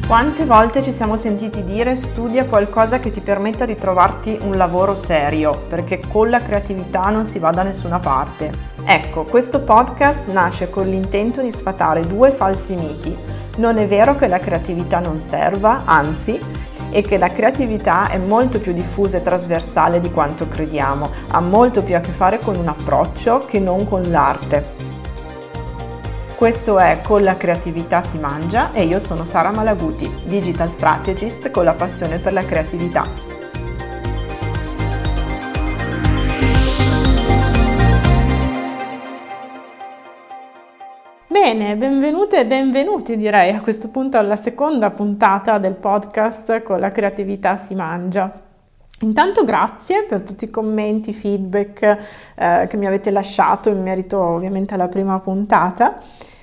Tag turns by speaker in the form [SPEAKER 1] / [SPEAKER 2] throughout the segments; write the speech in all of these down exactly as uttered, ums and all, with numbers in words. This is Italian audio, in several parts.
[SPEAKER 1] Quante volte ci siamo sentiti dire studia qualcosa che ti permetta di trovarti un lavoro serio, perché con la creatività non si va da nessuna parte. Ecco, questo podcast nasce con l'intento di sfatare due falsi miti. Non è vero che la creatività non serva, anzi, e che la creatività è molto più diffusa e trasversale di quanto crediamo, ha molto più a che fare con un approccio che non con l'arte. Questo è Con la creatività si mangia e io sono Sara Malaguti, digital strategist con la passione per la creatività. Bene, benvenute e benvenuti direi a questo punto alla seconda puntata del podcast Con la creatività si mangia. Intanto grazie per tutti i commenti, feedback eh, che mi avete lasciato in merito ovviamente alla prima puntata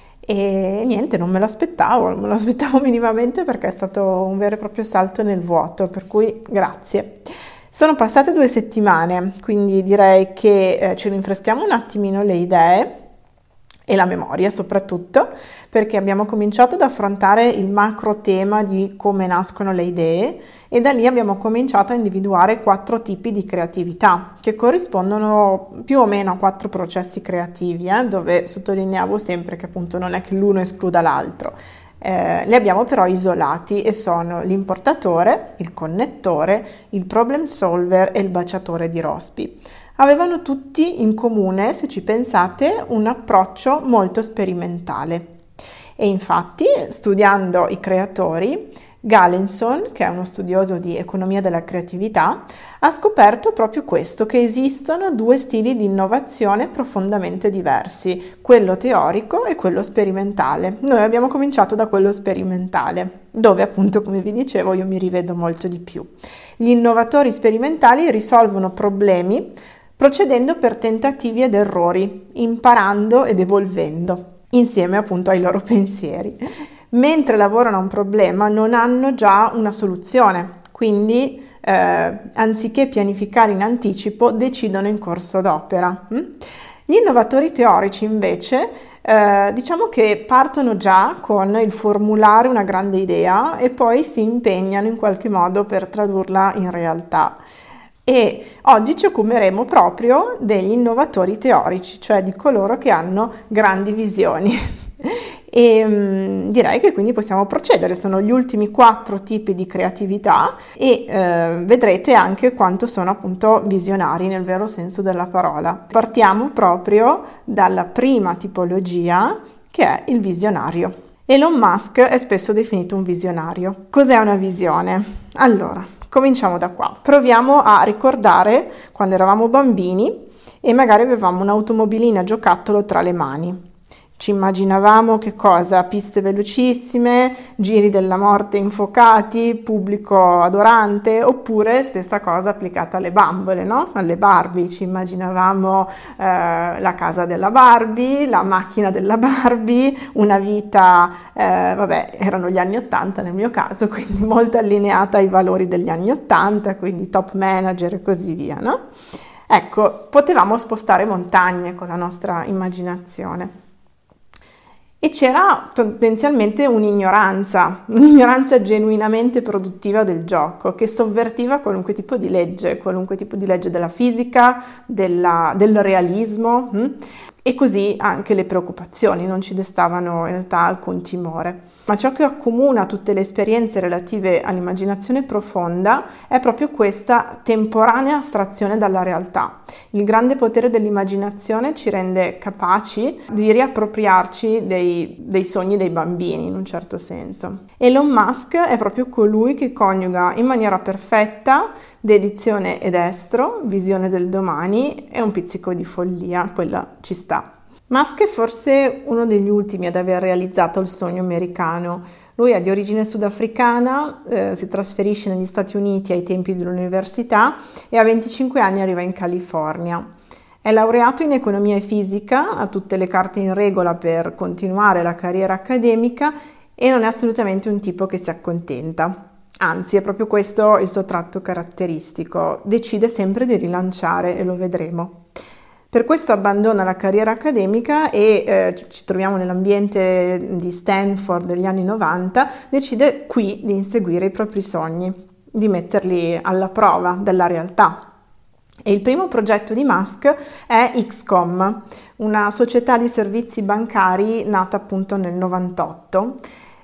[SPEAKER 1] e niente, non me lo aspettavo, non me lo aspettavo minimamente perché è stato un vero e proprio salto nel vuoto, per cui grazie. Sono passate due settimane, quindi direi che eh, ci rinfreschiamo un attimino le idee e la memoria soprattutto, perché abbiamo cominciato ad affrontare il macro tema di come nascono le idee e da lì abbiamo cominciato a individuare quattro tipi di creatività che corrispondono più o meno a quattro processi creativi, eh, dove sottolineavo sempre che appunto non è che l'uno escluda l'altro. Eh, li abbiamo però isolati e sono l'importatore, il connettore, il problem solver e il baciatore di rospi. Avevano tutti in comune, se ci pensate, un approccio molto sperimentale. E infatti, studiando i creatori, Galenson, che è uno studioso di economia della creatività, ha scoperto proprio questo, che esistono due stili di innovazione profondamente diversi, quello teorico e quello sperimentale. Noi abbiamo cominciato da quello sperimentale, dove appunto, come vi dicevo, io mi rivedo molto di più. Gli innovatori sperimentali risolvono problemi procedendo per tentativi ed errori, imparando ed evolvendo, insieme appunto ai loro pensieri. Mentre lavorano a un problema non hanno già una soluzione, quindi eh, anziché pianificare in anticipo decidono in corso d'opera. Gli innovatori teorici invece eh, diciamo che partono già con il formulare una grande idea e poi si impegnano in qualche modo per tradurla in realtà. E oggi ci occuperemo proprio degli innovatori teorici, cioè di coloro che hanno grandi visioni. E um, direi che quindi possiamo procedere, sono gli ultimi quattro tipi di creatività e eh, vedrete anche quanto sono appunto visionari nel vero senso della parola. Partiamo proprio dalla prima tipologia, che è il visionario. Elon Musk è spesso definito un visionario. Cos'è una visione? Allora, cominciamo da qua. Proviamo a ricordare quando eravamo bambini e magari avevamo un'automobilina giocattolo tra le mani. Ci immaginavamo che cosa? Piste velocissime, giri della morte infuocati, pubblico adorante, oppure stessa cosa applicata alle bambole, no? Alle Barbie. Ci immaginavamo eh, la casa della Barbie, la macchina della Barbie, una vita, eh, vabbè, erano gli anni ottanta nel mio caso, quindi molto allineata ai valori degli anni ottanta, quindi top manager e così via, no? Ecco, potevamo spostare montagne con la nostra immaginazione. E c'era tendenzialmente un'ignoranza, un'ignoranza genuinamente produttiva del gioco, che sovvertiva qualunque tipo di legge, qualunque tipo di legge della fisica, della, del realismo, hm? E così anche le preoccupazioni non ci destavano in realtà alcun timore. Ma ciò che accomuna tutte le esperienze relative all'immaginazione profonda è proprio questa temporanea astrazione dalla realtà. Il grande potere dell'immaginazione ci rende capaci di riappropriarci dei, dei sogni dei bambini, in un certo senso. Elon Musk è proprio colui che coniuga in maniera perfetta dedizione ed estro, visione del domani e un pizzico di follia, quella ci sta. Musk è forse uno degli ultimi ad aver realizzato il sogno americano. Lui è di origine sudafricana, eh, si trasferisce negli Stati Uniti ai tempi dell'università e a venticinque anni arriva in California. È laureato in economia e fisica, ha tutte le carte in regola per continuare la carriera accademica e non è assolutamente un tipo che si accontenta. Anzi, è proprio questo il suo tratto caratteristico, decide sempre di rilanciare e lo vedremo. Per questo abbandona la carriera accademica e eh, ci troviamo nell'ambiente di Stanford degli anni novanta, decide qui di inseguire i propri sogni, di metterli alla prova della realtà. E il primo progetto di Musk è X COM, una società di servizi bancari nata appunto nel novantotto.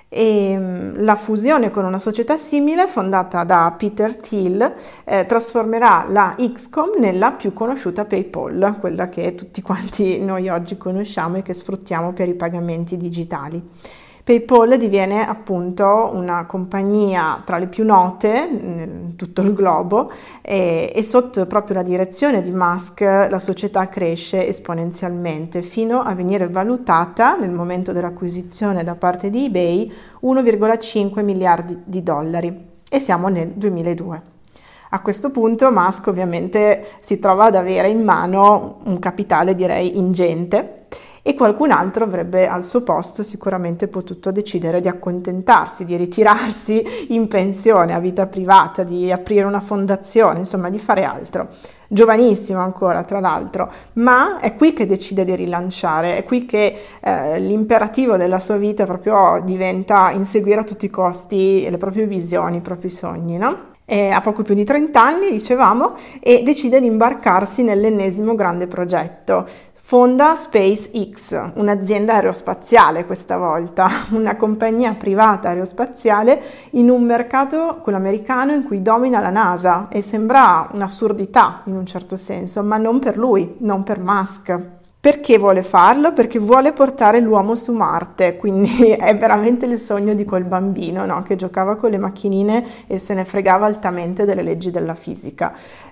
[SPEAKER 1] E la fusione con una società simile fondata da Peter Thiel eh, trasformerà la X COM nella più conosciuta PayPal, quella che tutti quanti noi oggi conosciamo e che sfruttiamo per i pagamenti digitali. PayPal diviene appunto una compagnia tra le più note in tutto il globo e, e sotto proprio la direzione di Musk la società cresce esponenzialmente fino a venire valutata nel momento dell'acquisizione da parte di eBay uno virgola cinque miliardi di dollari e siamo nel duemiladue. A questo punto Musk ovviamente si trova ad avere in mano un capitale direi ingente e qualcun altro avrebbe al suo posto sicuramente potuto decidere di accontentarsi, di ritirarsi in pensione a vita privata, di aprire una fondazione, insomma di fare altro. Giovanissimo ancora tra l'altro, ma è qui che decide di rilanciare, è qui che eh, l'imperativo della sua vita proprio diventa inseguire a tutti i costi le proprie visioni, i propri sogni, no? E ha poco più di trenta anni, dicevamo, e decide di imbarcarsi nell'ennesimo grande progetto. Fonda SpaceX, un'azienda aerospaziale questa volta, una compagnia privata aerospaziale in un mercato, quello americano, in cui domina la NASA e sembra un'assurdità in un certo senso, ma non per lui, non per Musk. Perché vuole farlo? Perché vuole portare l'uomo su Marte, quindi è veramente il sogno di quel bambino, no? Che giocava con le macchinine e se ne fregava altamente delle leggi della fisica.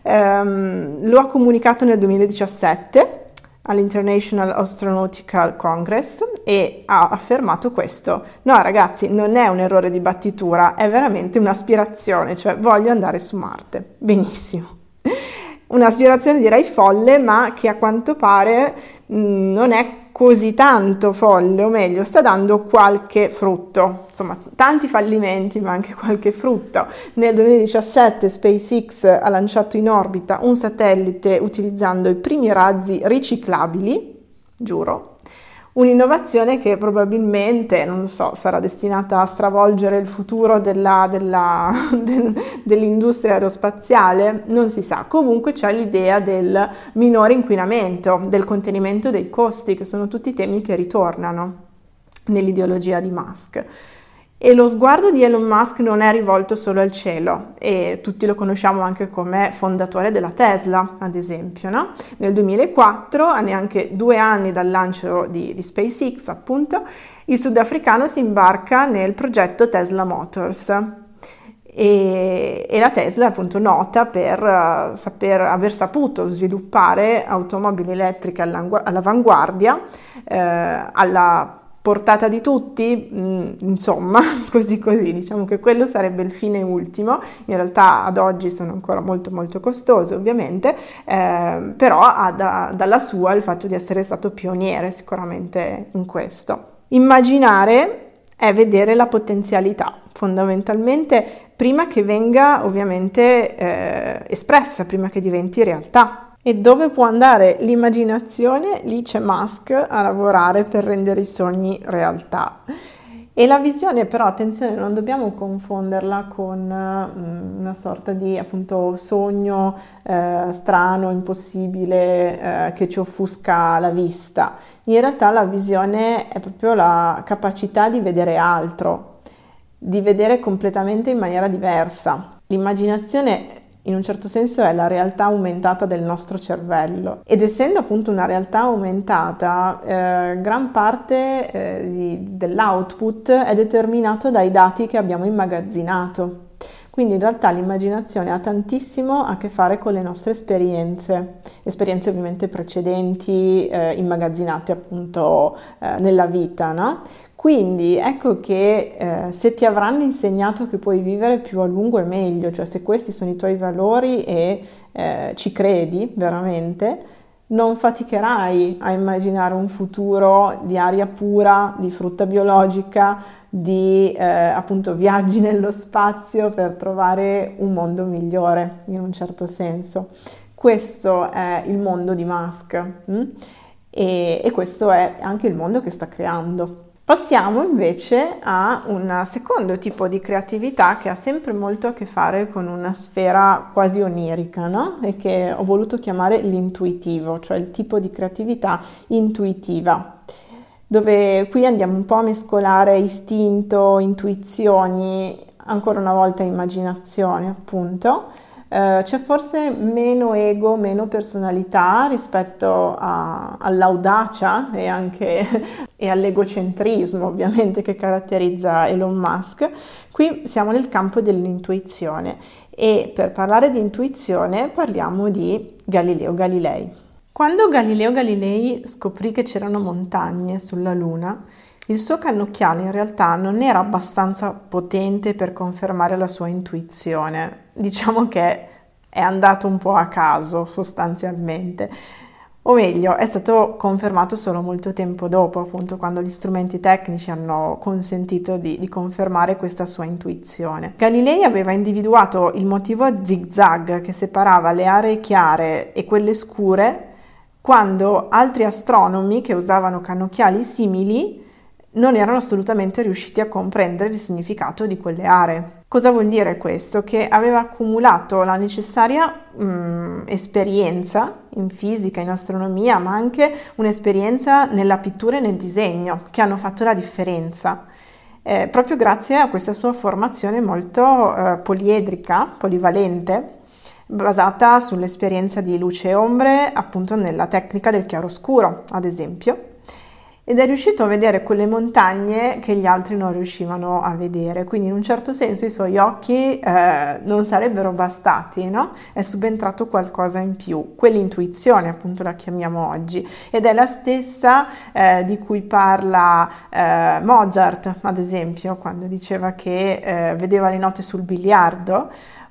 [SPEAKER 1] Ehm, lo ha comunicato nel duemiladiciassette all'International Astronautical Congress e ha affermato questo: no ragazzi, non è un errore di battitura, è veramente un'aspirazione, cioè voglio andare su Marte. Benissimo. Un'aspirazione direi folle, ma che a quanto pare mh, non è così tanto folle, o meglio, sta dando qualche frutto, insomma tanti fallimenti ma anche qualche frutto. Nel duemiladiciassette SpaceX ha lanciato in orbita un satellite utilizzando i primi razzi riciclabili, giuro, un'innovazione che probabilmente, non so, sarà destinata a stravolgere il futuro della, della, del, dell'industria aerospaziale, non si sa. Comunque c'è l'idea del minore inquinamento, del contenimento dei costi, che sono tutti temi che ritornano nell'ideologia di Musk. E lo sguardo di Elon Musk non è rivolto solo al cielo, e tutti lo conosciamo anche come fondatore della Tesla, ad esempio, no? Nel duemilaquattro, a neanche due anni dal lancio di, di SpaceX, appunto, il sudafricano si imbarca nel progetto Tesla Motors. E, e la Tesla è appunto nota per uh, saper, aver saputo sviluppare automobili elettriche all'avanguardia, eh, alla portata di tutti, mm, insomma, così così, diciamo che quello sarebbe il fine ultimo. In realtà ad oggi sono ancora molto molto costose ovviamente, eh, però ha da, dalla sua il fatto di essere stato pioniere sicuramente in questo. Immaginare è vedere la potenzialità, fondamentalmente prima che venga ovviamente eh, espressa, prima che diventi realtà. E dove può andare l'immaginazione, lì c'è Musk a lavorare per rendere i sogni realtà. E la visione però, attenzione, non dobbiamo confonderla con uh, una sorta di appunto sogno uh, strano, impossibile, uh, che ci offusca la vista. In realtà la visione è proprio la capacità di vedere altro, di vedere completamente in maniera diversa. L'immaginazione in un certo senso è la realtà aumentata del nostro cervello, ed essendo appunto una realtà aumentata, eh, gran parte eh, di, dell'output è determinato dai dati che abbiamo immagazzinato. Quindi in realtà l'immaginazione ha tantissimo a che fare con le nostre esperienze, esperienze ovviamente precedenti, eh, immagazzinate appunto eh, nella vita, no? Quindi ecco che eh, se ti avranno insegnato che puoi vivere più a lungo e meglio, cioè se questi sono i tuoi valori e eh, ci credi veramente, non faticherai a immaginare un futuro di aria pura, di frutta biologica, di eh, appunto viaggi nello spazio per trovare un mondo migliore in un certo senso. Questo è il mondo di Musk hm? e, e questo è anche il mondo che sta creando. Passiamo invece a un secondo tipo di creatività che ha sempre molto a che fare con una sfera quasi onirica, no? E che ho voluto chiamare l'intuitivo, cioè il tipo di creatività intuitiva, dove qui andiamo un po' a mescolare istinto, intuizioni, ancora una volta immaginazione, appunto. Uh, c'è forse meno ego, meno personalità rispetto a, all'audacia e anche e all'egocentrismo, ovviamente, che caratterizza Elon Musk. Qui siamo nel campo dell'intuizione e per parlare di intuizione parliamo di Galileo Galilei. Quando Galileo Galilei scoprì che c'erano montagne sulla Luna, il suo cannocchiale in realtà non era abbastanza potente per confermare la sua intuizione. Diciamo che è andato un po' a caso sostanzialmente, o meglio è stato confermato solo molto tempo dopo, appunto quando gli strumenti tecnici hanno consentito di, di confermare questa sua intuizione. Galilei aveva individuato il motivo a zigzag che separava le aree chiare e quelle scure quando altri astronomi che usavano cannocchiali simili non erano assolutamente riusciti a comprendere il significato di quelle aree. Cosa vuol dire questo? Che aveva accumulato la necessaria mh, esperienza in fisica, in astronomia, ma anche un'esperienza nella pittura e nel disegno, che hanno fatto la differenza. Eh, proprio grazie a questa sua formazione molto eh, poliedrica, polivalente, basata sull'esperienza di luce e ombre, appunto nella tecnica del chiaroscuro, ad esempio. Ed è riuscito a vedere quelle montagne che gli altri non riuscivano a vedere, quindi in un certo senso i suoi occhi eh, non sarebbero bastati, no? È subentrato qualcosa in più, quell'intuizione appunto la chiamiamo oggi, ed è la stessa eh, di cui parla eh, Mozart, ad esempio, quando diceva che eh, vedeva le note sul biliardo,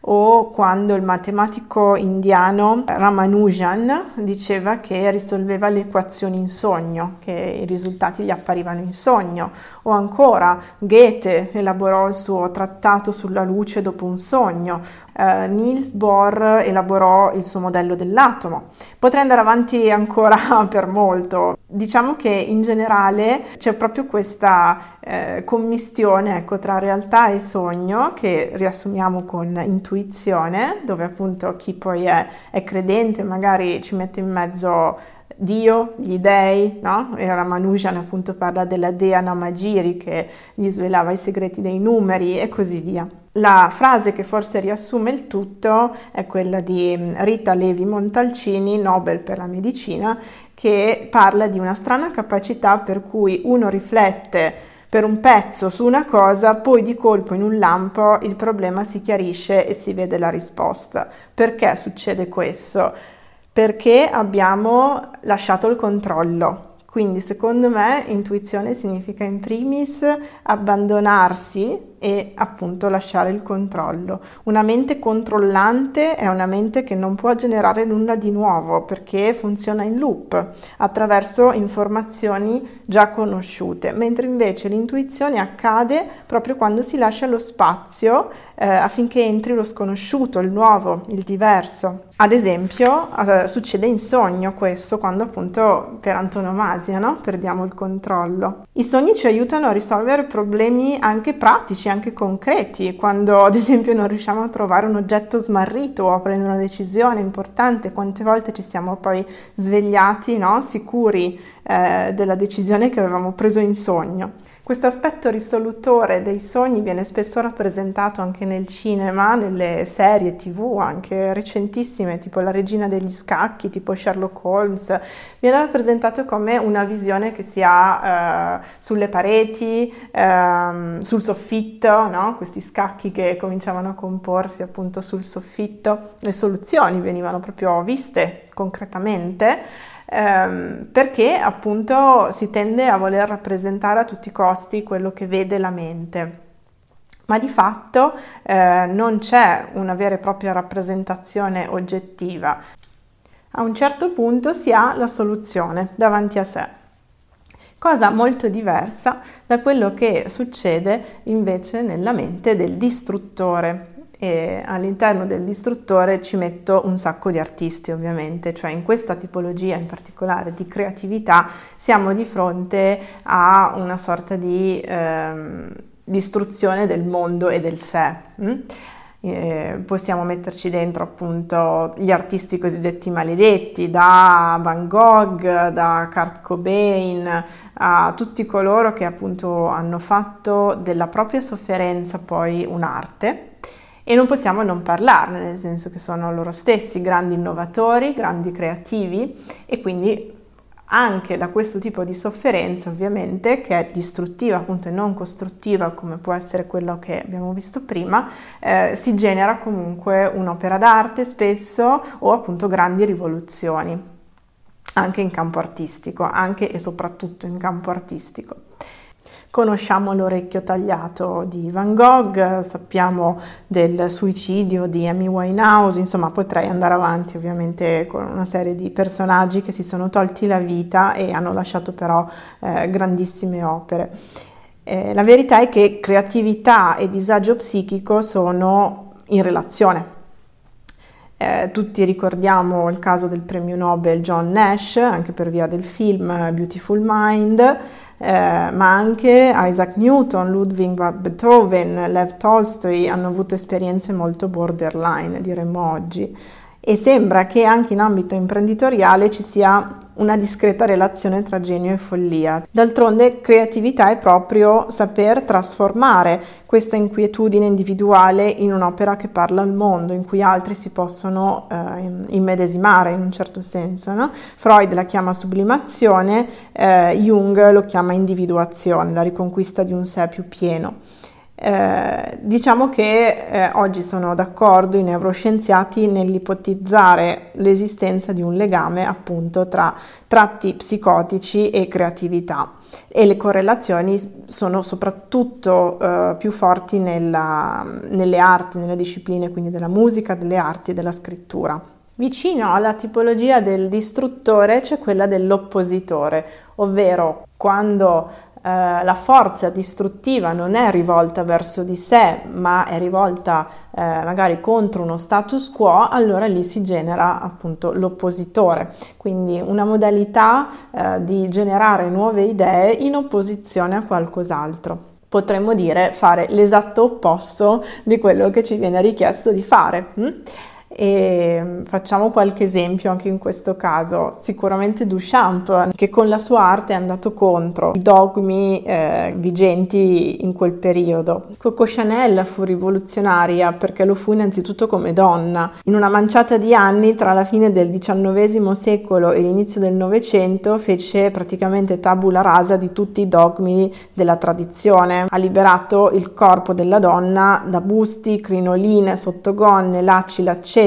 [SPEAKER 1] o quando il matematico indiano Ramanujan diceva che risolveva le equazioni in sogno, che i risultati gli apparivano in sogno, o ancora Goethe elaborò il suo trattato sulla luce dopo un sogno, eh, Niels Bohr elaborò il suo modello dell'atomo. Potrei andare avanti ancora per molto. Diciamo che in generale c'è proprio questa eh, commistione, ecco, tra realtà e sogno, che riassumiamo con intuizione, dove appunto chi poi è, è credente magari ci mette in mezzo Dio, gli dei, no? E Ramanujan appunto parla della dea Namagiri che gli svelava i segreti dei numeri e così via. La frase che forse riassume il tutto è quella di Rita Levi Montalcini, Nobel per la medicina, che parla di una strana capacità per cui uno riflette per un pezzo su una cosa, poi di colpo in un lampo il problema si chiarisce e si vede la risposta. Perché succede questo? Perché abbiamo lasciato il controllo. Quindi secondo me intuizione significa in primis abbandonarsi e appunto lasciare il controllo. Una mente controllante è una mente che non può generare nulla di nuovo perché funziona in loop attraverso informazioni già conosciute, mentre invece l'intuizione accade proprio quando si lascia lo spazio eh, affinché entri lo sconosciuto, il nuovo, il diverso. Ad esempio eh, succede in sogno questo, quando appunto per antonomasia, no? Perdiamo il controllo. I sogni ci aiutano a risolvere problemi anche pratici, anche concreti, quando ad esempio non riusciamo a trovare un oggetto smarrito o a prendere una decisione importante. Quante volte ci siamo poi svegliati, no? Sicuri eh, della decisione che avevamo preso in sogno. Questo aspetto risolutore dei sogni viene spesso rappresentato anche nel cinema, nelle serie tivù, anche recentissime, tipo La regina degli scacchi, tipo Sherlock Holmes. Viene rappresentato come una visione che si ha eh, sulle pareti, eh, sul soffitto, no? Questi scacchi che cominciavano a comporsi appunto sul soffitto. Le soluzioni venivano proprio viste concretamente. Um, perché appunto si tende a voler rappresentare a tutti i costi quello che vede la mente, ma di fatto eh, non c'è una vera e propria rappresentazione oggettiva. A un certo punto si ha la soluzione davanti a sé, cosa molto diversa da quello che succede invece nella mente del distruttore. e all'interno del distruttore ci metto un sacco di artisti, ovviamente, cioè in questa tipologia in particolare di creatività siamo di fronte a una sorta di ehm, distruzione del mondo e del sé. Hm? Eh, possiamo metterci dentro appunto gli artisti cosiddetti maledetti, da Van Gogh, da Kurt Cobain, a tutti coloro che appunto hanno fatto della propria sofferenza poi un'arte. E non possiamo non parlarne, nel senso che sono loro stessi grandi innovatori, grandi creativi, e quindi anche da questo tipo di sofferenza, ovviamente, che è distruttiva appunto e non costruttiva come può essere quello che abbiamo visto prima, eh, si genera comunque un'opera d'arte spesso, o appunto grandi rivoluzioni, anche in campo artistico, anche e soprattutto in campo artistico. Conosciamo l'orecchio tagliato di Van Gogh, sappiamo del suicidio di Amy Winehouse, insomma potrei andare avanti ovviamente con una serie di personaggi che si sono tolti la vita e hanno lasciato però eh, grandissime opere. Eh, la verità è che creatività e disagio psichico sono in relazione. Eh, tutti ricordiamo il caso del premio Nobel John Nash, anche per via del film Beautiful Mind, eh, ma anche Isaac Newton, Ludwig van Beethoven, Lev Tolstoi hanno avuto esperienze molto borderline, diremmo oggi. E sembra che anche in ambito imprenditoriale ci sia una discreta relazione tra genio e follia. D'altronde, creatività è proprio saper trasformare questa inquietudine individuale in un'opera che parla al mondo, in cui altri si possono eh, immedesimare in un certo senso, no? Freud la chiama sublimazione, eh, Jung lo chiama individuazione, la riconquista di un sé più pieno. Eh, diciamo che eh, oggi sono d'accordo i neuroscienziati nell'ipotizzare l'esistenza di un legame appunto tra tratti psicotici e creatività, e le correlazioni sono soprattutto eh, più forti nella, nelle arti, nelle discipline quindi della musica, delle arti e della scrittura. Vicino alla tipologia del distruttore c'è quella dell'oppositore, ovvero quando la forza distruttiva non è rivolta verso di sé, ma è rivolta eh, magari contro uno status quo, allora lì si genera appunto l'oppositore, quindi una modalità eh, di generare nuove idee in opposizione a qualcos'altro. Potremmo dire fare l'esatto opposto di quello che ci viene richiesto di fare. Hm? E facciamo qualche esempio anche in questo caso. Sicuramente Duchamp, che con la sua arte è andato contro i dogmi eh, vigenti in quel periodo. Coco Chanel fu rivoluzionaria perché lo fu innanzitutto come donna. In una manciata di anni tra la fine del diciannovesimo secolo e l'inizio del Novecento fece praticamente tabula rasa di tutti i dogmi della tradizione. Ha liberato il corpo della donna da busti, crinoline, sottogonne, lacci, laccetti,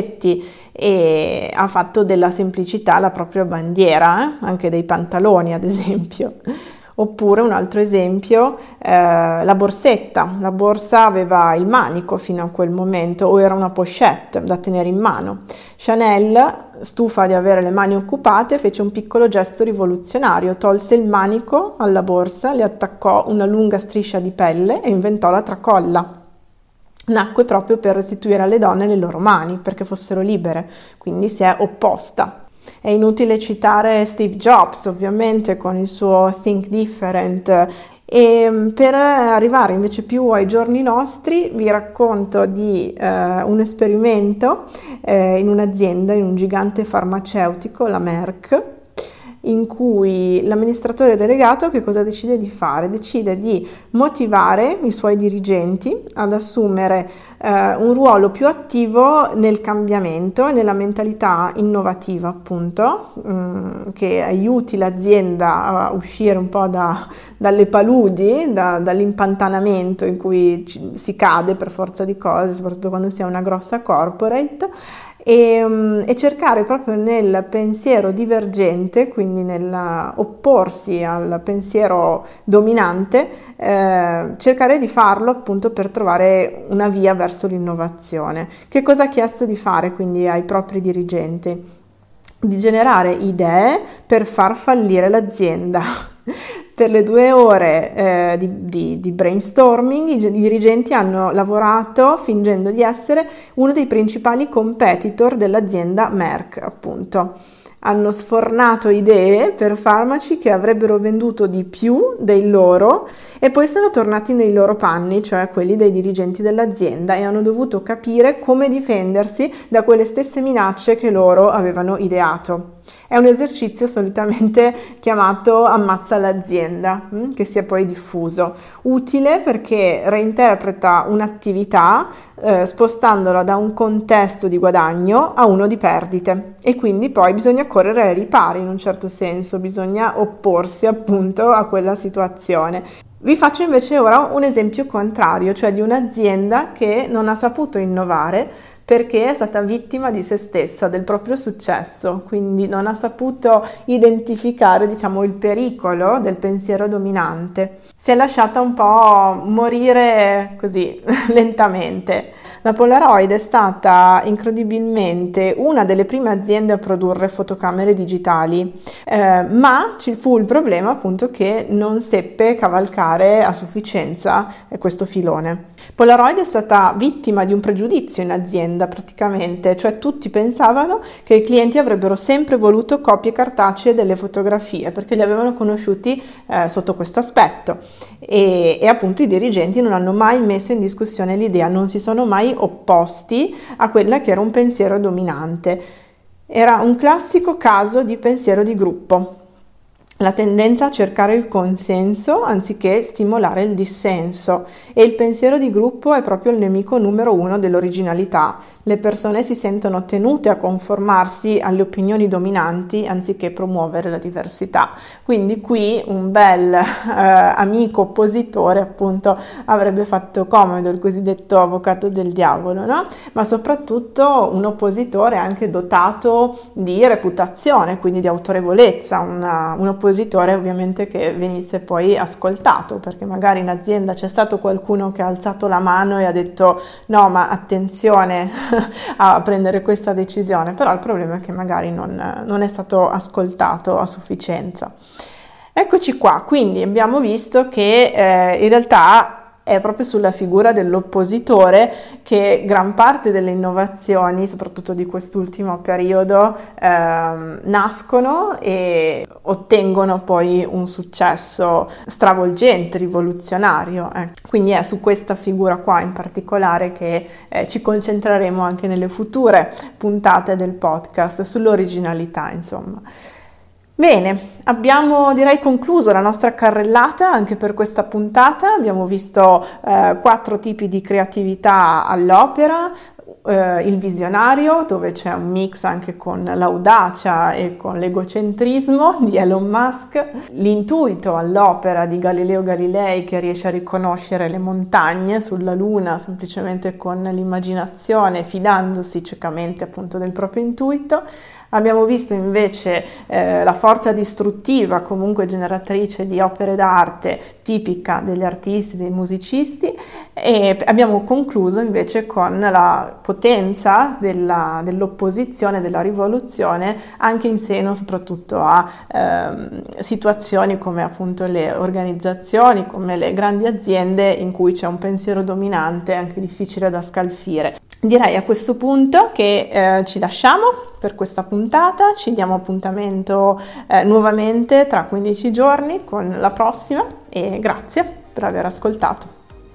[SPEAKER 1] e ha fatto della semplicità la propria bandiera, eh? Anche dei pantaloni ad esempio. Oppure un altro esempio, eh, la borsetta. La borsa aveva il manico fino a quel momento, o era una pochette da tenere in mano. Chanel, stufa di avere le mani occupate, fece un piccolo gesto rivoluzionario, tolse il manico alla borsa, le attaccò una lunga striscia di pelle e inventò la tracolla. Nacque proprio per restituire alle donne le loro mani, perché fossero libere, quindi si è opposta. È inutile citare Steve Jobs, ovviamente, con il suo Think Different. E per arrivare invece più ai giorni nostri vi racconto di eh, un esperimento eh, in un'azienda, in un gigante farmaceutico, la Merck, in cui l'amministratore delegato che cosa decide di fare? Decide di motivare i suoi dirigenti ad assumere eh, un ruolo più attivo nel cambiamento e nella mentalità innovativa, appunto, mh, che aiuti l'azienda a uscire un po' da, dalle paludi, da, dall'impantanamento in cui ci, si cade per forza di cose, soprattutto quando si è una grossa corporate. E, e cercare proprio nel pensiero divergente, quindi nell'opporsi al pensiero dominante, eh, cercare di farlo appunto per trovare una via verso l'innovazione. Che cosa ha chiesto di fare quindi ai propri dirigenti? Di generare idee per far fallire l'azienda. Per le due ore eh, di, di, di brainstorming i, i dirigenti hanno lavorato fingendo di essere uno dei principali competitor dell'azienda Merck, appunto. Hanno sfornato idee per farmaci che avrebbero venduto di più dei loro e poi sono tornati nei loro panni, cioè quelli dei dirigenti dell'azienda, e hanno dovuto capire come difendersi da quelle stesse minacce che loro avevano ideato. È un esercizio solitamente chiamato ammazza l'azienda, che si è poi diffuso. Utile perché reinterpreta un'attività eh, spostandola da un contesto di guadagno a uno di perdite, e quindi poi bisogna correre ai ripari in un certo senso, bisogna opporsi appunto a quella situazione. Vi faccio invece ora un esempio contrario, cioè di un'azienda che non ha saputo innovare perché è stata vittima di se stessa, del proprio successo, quindi non ha saputo identificare, diciamo, il pericolo del pensiero dominante. Si è lasciata un po' morire così lentamente. La Polaroid è stata incredibilmente una delle prime aziende a produrre fotocamere digitali, eh, ma ci fu il problema appunto che non seppe cavalcare a sufficienza eh, questo filone. Polaroid è stata vittima di un pregiudizio in azienda praticamente, cioè tutti pensavano che i clienti avrebbero sempre voluto copie cartacee delle fotografie perché li avevano conosciuti eh, sotto questo aspetto, e, e appunto i dirigenti non hanno mai messo in discussione l'idea, non si sono mai opposti a quella che era un pensiero dominante. Era un classico caso di pensiero di gruppo. La tendenza a cercare il consenso anziché stimolare il dissenso, e il pensiero di gruppo è proprio il nemico numero uno dell'originalità. Le persone si sentono tenute a conformarsi alle opinioni dominanti anziché promuovere la diversità. Quindi qui un bel eh, amico oppositore appunto avrebbe fatto comodo, il cosiddetto avvocato del diavolo, no? Ma soprattutto un oppositore anche dotato di reputazione, quindi di autorevolezza, una, un oppositore ovviamente che venisse poi ascoltato, perché magari in azienda c'è stato qualcuno che ha alzato la mano e ha detto no, ma attenzione a prendere questa decisione, però il problema è che magari non, non è stato ascoltato a sufficienza. Eccoci qua, quindi abbiamo visto che eh, in realtà è proprio sulla figura dell'oppositore che gran parte delle innovazioni, soprattutto di quest'ultimo periodo, ehm, nascono e ottengono poi un successo stravolgente, rivoluzionario. Eh. Quindi è su questa figura qua in particolare che eh, ci concentreremo anche nelle future puntate del podcast, sull'originalità, insomma. Bene, abbiamo direi concluso la nostra carrellata anche per questa puntata. Abbiamo visto eh, quattro tipi di creatività all'opera, eh, il visionario, dove c'è un mix anche con l'audacia e con l'egocentrismo di Elon Musk, l'intuito all'opera di Galileo Galilei, che riesce a riconoscere le montagne sulla Luna semplicemente con l'immaginazione, fidandosi ciecamente appunto del proprio intuito. Abbiamo visto invece eh, la forza distruttiva, comunque generatrice di opere d'arte, tipica degli artisti, dei musicisti, e abbiamo concluso invece con la potenza della, dell'opposizione, della rivoluzione, anche in seno soprattutto a ehm, situazioni come appunto le organizzazioni, come le grandi aziende in cui c'è un pensiero dominante anche difficile da scalfire. Direi a questo punto che eh, ci lasciamo per questa puntata, ci diamo appuntamento eh, nuovamente tra quindici giorni con la prossima, e grazie per aver ascoltato.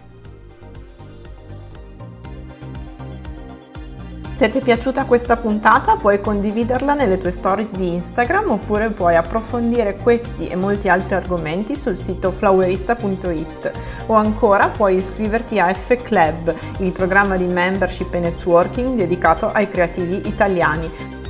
[SPEAKER 1] Se ti è piaciuta questa puntata puoi condividerla nelle tue stories di Instagram, oppure puoi approfondire questi e molti altri argomenti sul sito flowerista punto it, o ancora puoi iscriverti a F Club, il programma di membership e networking dedicato ai creativi italiani.